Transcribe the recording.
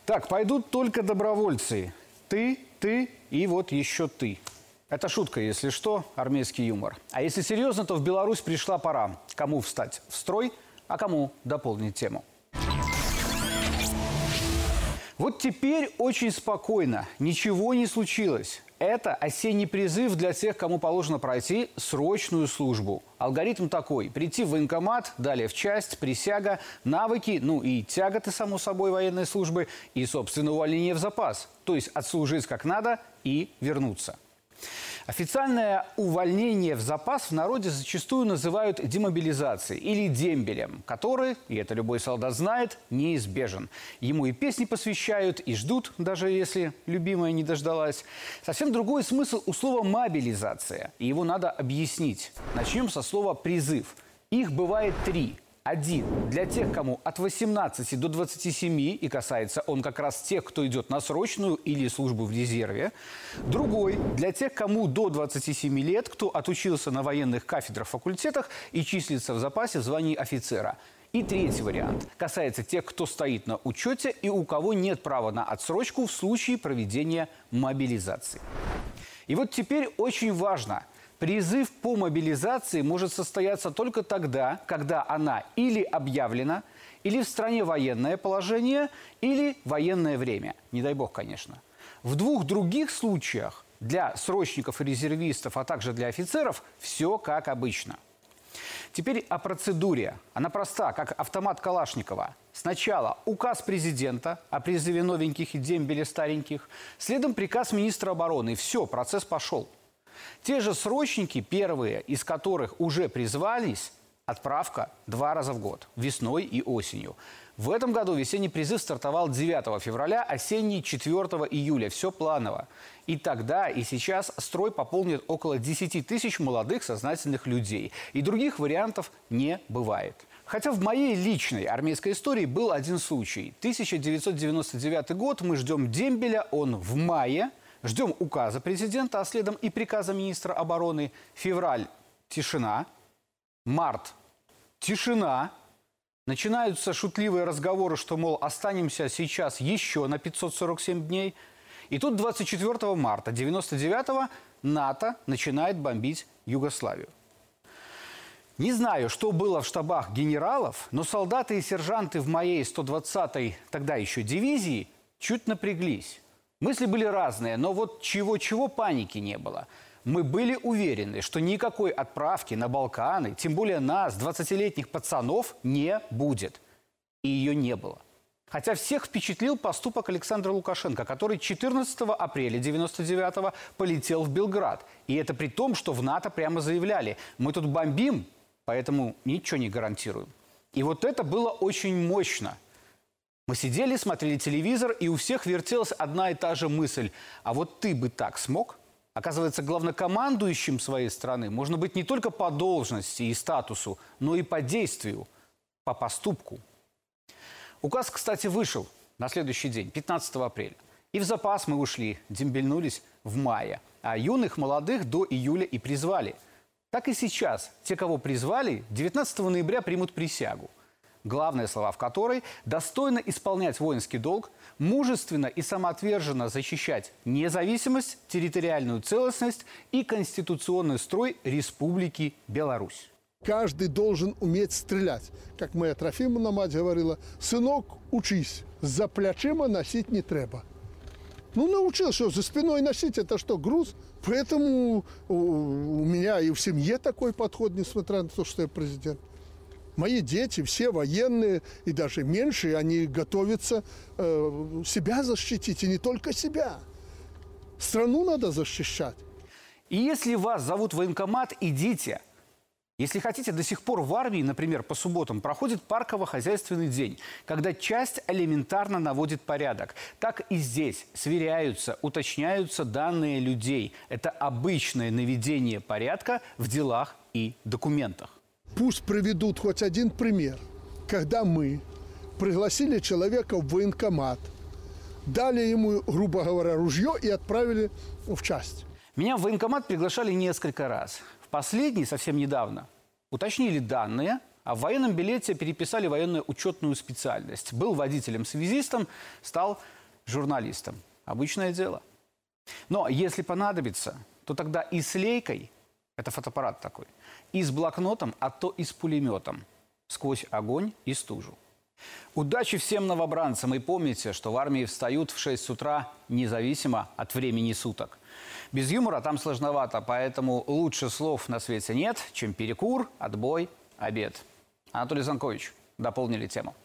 Так, пойдут только добровольцы. Ты и вот еще ты. Это шутка, если что, армейский юмор. А если серьезно, то в Беларусь пришла пора. Кому встать в строй, а кому дополнить тему. Вот теперь очень спокойно, ничего не случилось. Это осенний призыв для тех, кому положено пройти срочную службу. Алгоритм такой: прийти в военкомат, далее в часть, присяга, навыки, ну и тяготы, само собой, военной службы, и, собственно, увольнение в запас. То есть отслужить как надо и вернуться. Официальное увольнение в запас в народе зачастую называют демобилизацией или дембелем, который, и это любой солдат знает, неизбежен. Ему и песни посвящают, и ждут, даже если любимая не дождалась. Совсем другой смысл у слова «мобилизация», и его надо объяснить. Начнем со слова «призыв». Их бывает три. Один – для тех, кому от 18 до 27, и касается он как раз тех, кто идет на срочную или службу в резерве. Другой – для тех, кому до 27 лет, кто отучился на военных кафедрах, факультетах и числится в запасе в звании офицера. И третий вариант – касается тех, кто стоит на учете и у кого нет права на отсрочку в случае проведения мобилизации. И вот теперь очень важно – призыв по мобилизации может состояться только тогда, когда она или объявлена, или в стране военное положение, или военное время. Не дай бог, конечно. В двух других случаях для срочников и резервистов, а также для офицеров, все как обычно. Теперь о процедуре. Она проста, как автомат Калашникова. Сначала указ президента о призыве новеньких и дембеле стареньких, следом приказ министра обороны. И все, процесс пошел. Те же срочники, первые из которых уже призвались, отправка 2 раза в год, весной и осенью. В этом году весенний призыв стартовал 9 февраля, осенний 4 июля. Все планово. И тогда, и сейчас строй пополнит около 10 тысяч молодых сознательных людей. И других вариантов не бывает. Хотя в моей личной армейской истории был один случай. 1999 год, мы ждем дембеля, он в мае. Ждем указа президента, а следом и приказа министра обороны. Февраль – тишина. Март – тишина. Начинаются шутливые разговоры, что, мол, останемся сейчас еще на 547 дней. И тут 24 марта 1999-го НАТО начинает бомбить Югославию. Не знаю, что было в штабах генералов, но солдаты и сержанты в моей 120-й, тогда еще дивизии, чуть напряглись. Мысли были разные, но вот чего-чего паники не было. Мы были уверены, что никакой отправки на Балканы, тем более нас, 20-летних пацанов, не будет. И ее не было. Хотя всех впечатлил поступок Александра Лукашенко, который 14 апреля 1999-го полетел в Белград. И это при том, что в НАТО прямо заявляли: мы тут бомбим, поэтому ничего не гарантируем. И вот это было очень мощно. Мы сидели, смотрели телевизор, и у всех вертелась одна и та же мысль. А вот ты бы так смог? Оказывается, главнокомандующим своей страны можно быть не только по должности и статусу, но и по действию, по поступку. Указ, кстати, вышел на следующий день, 15 апреля. И в запас мы ушли, дембельнулись в мае. А юных, молодых до июля и призвали. Так и сейчас. Те, кого призвали, 19 ноября примут присягу. Главные слова в которой – достойно исполнять воинский долг, мужественно и самоотверженно защищать независимость, территориальную целостность и конституционный строй Республики Беларусь. Каждый должен уметь стрелять. Как моя Трофимовна мать говорила: сынок, учись, за плечима носить не треба. Ну, научил, что за спиной носить – это что, груз? Поэтому у меня и в семье такой подход, несмотря на то, что я президент. Мои дети, все военные, и даже меньшие, они готовятся себя защитить, и не только себя. Страну надо защищать. И если вас зовут в военкомат, идите. Если хотите, до сих пор в армии, например, по субботам проходит парково-хозяйственный день, когда часть элементарно наводит порядок. Так и здесь сверяются, уточняются данные людей. Это обычное наведение порядка в делах и документах. Пусть приведут хоть один пример, когда мы пригласили человека в военкомат, дали ему, грубо говоря, ружье и отправили в часть. Меня в военкомат приглашали несколько раз. В последний, совсем недавно, уточнили данные, А в военном билете переписали военную учетную специальность. Был водителем-связистом, стал журналистом. Обычное дело. Но если понадобится, то тогда и с лейкой, это фотоаппарат такой, и с блокнотом, а то и с пулеметом, сквозь огонь и стужу. Удачи всем новобранцам и помните, что в армии встают в 6 утра независимо от времени суток. Без юмора там сложновато, поэтому лучше слов на свете нет, чем перекур, отбой, обед. Анатолий Занкович дополнили тему.